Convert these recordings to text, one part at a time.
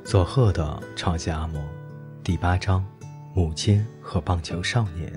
佐贺的超级阿嬷第8章，母亲和棒球少年。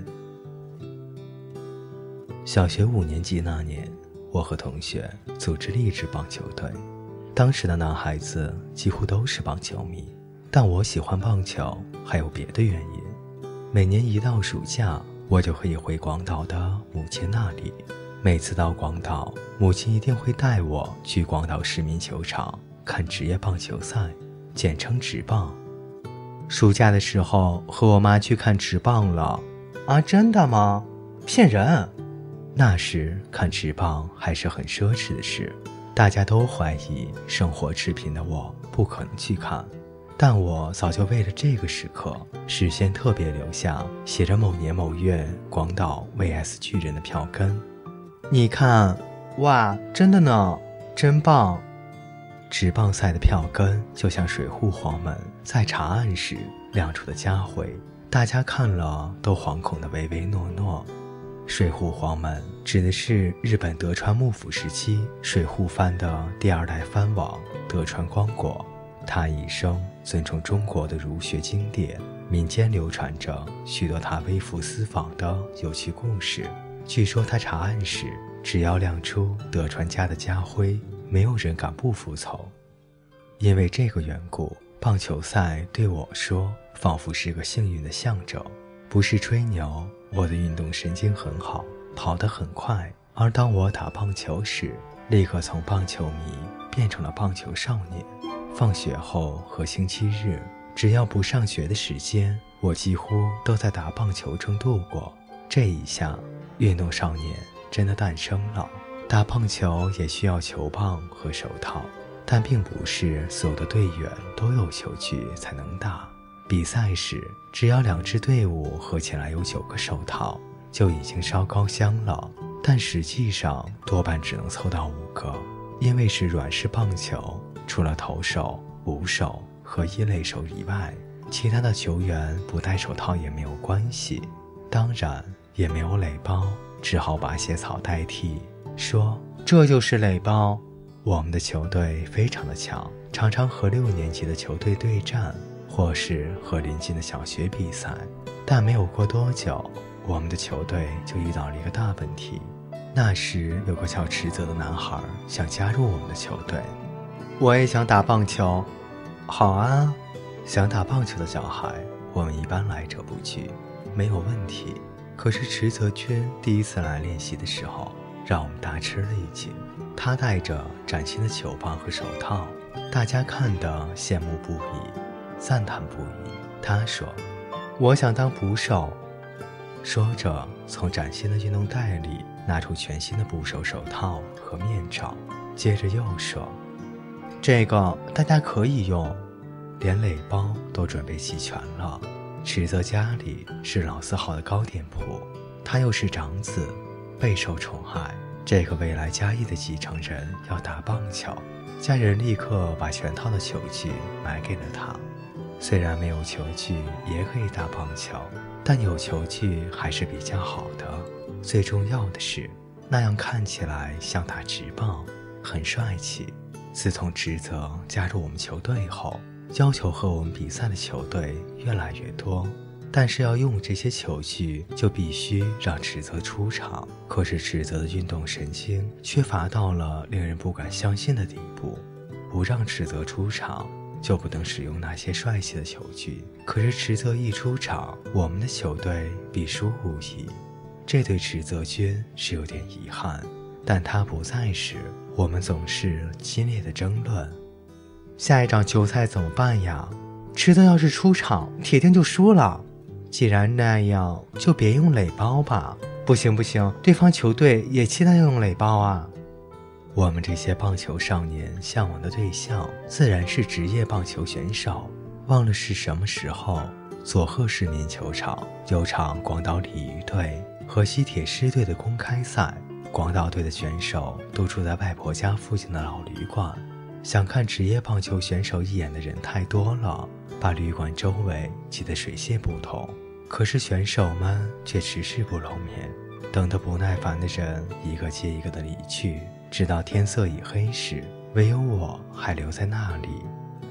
小学5年级那年，我和同学组织了一支棒球队。当时的男孩子几乎都是棒球迷，但我喜欢棒球还有别的原因。每年一到暑假，我就可以回广岛的母亲那里。每次到广岛，母亲一定会带我去广岛市民球场看职业棒球赛，简称职棒。暑假的时候和我妈去看职棒了。啊，真的吗？骗人！那时看职棒还是很奢侈的事，大家都怀疑生活赤贫的我不可能去看，但我早就为了这个时刻事先特别留下写着某年某月广岛 vs 巨人的票根。你看，哇，真的呢，真棒！职棒赛的票根就像水户黄门在查案时亮出的家徽，大家看了都惶恐的唯唯诺诺。水户黄门指的是日本德川幕府时期水户藩的第2代藩王德川光国，他一生尊崇中国的儒学经典，民间流传着许多他微服私访的有趣故事。据说他查案时，只要亮出德川家的家徽，没有人敢不服从。因为这个缘故，棒球赛对我说仿佛是个幸运的象征。不是吹牛，我的运动神经很好，跑得很快，而当我打棒球时，立刻从棒球迷变成了棒球少年。放学后和星期日，只要不上学的时间，我几乎都在打棒球中度过。这一下，运动少年真的诞生了。打棒球也需要球棒和手套，但并不是所有的队员都有球具才能打。比赛时，只要2支队伍合起来有9个手套，就已经烧高香了。但实际上多半只能凑到5个，因为是软式棒球，除了投手、捕手和一垒手以外，其他的球员不戴手套也没有关系。当然也没有垒包，只好把血草代替，说这就是垒包。我们的球队非常的强，常常和6年级的球队对战，或是和邻近的小学比赛。但没有过多久，我们的球队就遇到了一个大问题。那时有个叫池泽的男孩想加入我们的球队。我也想打棒球。好啊，想打棒球的小孩我们一般来者不拒，没有问题。可是池泽君第一次来练习的时候，让我们大吃了一惊。他带着崭新的球棒和手套，大家看得羡慕不已，赞叹不已。他说，我想当捕手。说着从崭新的运动袋里拿出全新的捕手手套和面罩，接着又说，这个大家可以用。连垒包都准备齐全了。池泽家里是老字号的糕点铺，他又是长子，备受宠爱。这个未来嘉义的继承人要打棒球，家人立刻把全套的球具买给了他。虽然没有球具也可以打棒球，但有球具还是比较好的。最重要的是，那样看起来像打职棒，很帅气。自从池泽加入我们球队后，要求和我们比赛的球队越来越多，但是要用这些球具就必须让池泽出场。可是池泽的运动神经缺乏到了令人不敢相信的地步，不让池泽出场就不能使用那些帅气的球具。可是池泽一出场，我们的球队必输无疑。这对池泽君是有点遗憾，但他不在时，我们总是激烈的争论。下一场球赛怎么办呀？池泽要是出场，铁定就输了。既然那样，就别用垒包吧。不行不行，对方球队也期待用垒包啊。我们这些棒球少年向往的对象自然是职业棒球选手。忘了是什么时候，佐贺市民球场有场广岛鲤鱼队和西铁狮队的公开赛，广岛队的选手都住在外婆家附近的老旅馆。想看职业棒球选手一眼的人太多了，把旅馆周围挤得水泄不通。可是选手们却迟迟不露面，等得不耐烦的人一个接一个的离去，直到天色已黑时，唯有我还留在那里。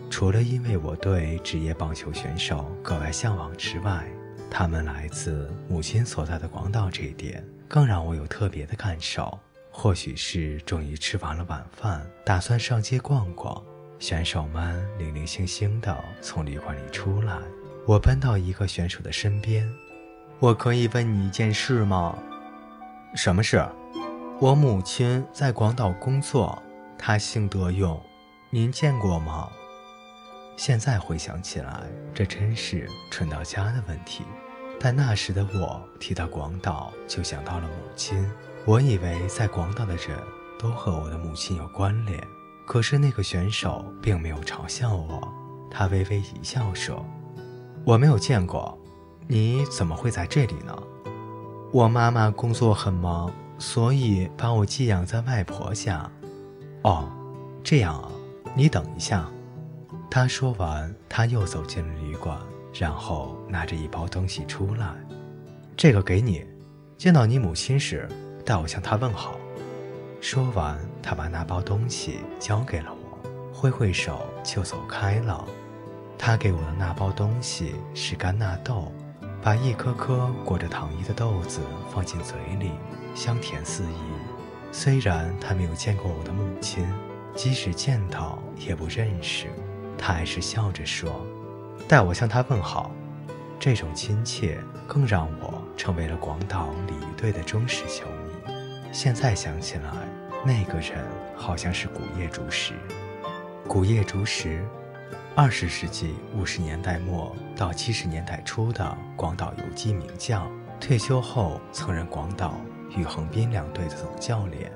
除了因为我对职业棒球选手格外向往之外，他们来自母亲所在的广岛这一点更让我有特别的感受。或许是终于吃完了晚饭，打算上街逛逛，选手们零零星星地从旅馆里出来。我奔到一个选手的身边，我可以问你一件事吗？什么事？我母亲在广岛工作，她姓德永，您见过吗？现在回想起来，这真是蠢到家的问题。但那时的我提到广岛，就想到了母亲。我以为在广岛的人都和我的母亲有关联，可是那个选手并没有嘲笑我，他微微一笑说：“我没有见过，你怎么会在这里呢？”我妈妈工作很忙，所以把我寄养在外婆家。哦，这样啊，你等一下。他说完，他又走进了旅馆，然后拿着一包东西出来。这个给你，见到你母亲时代我向她问好。说完，他把那包东西交给了我，挥挥手就走开了。他给我的那包东西是干纳豆，把一颗颗裹着糖衣的豆子放进嘴里，香甜四溢。虽然他没有见过我的母亲，即使见到也不认识，他还是笑着说：“代我向她问好。”这种亲切更让我成为了广岛鲤鱼队的忠实球迷。现在想起来，那个人好像是古叶竹石。古叶竹石，20世纪50年代末到70年代初的广岛游击名将，退休后曾任广岛与横滨两队的总教练。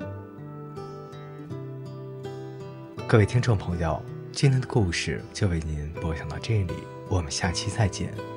各位听众朋友，今天的故事就为您播讲到这里，我们下期再见。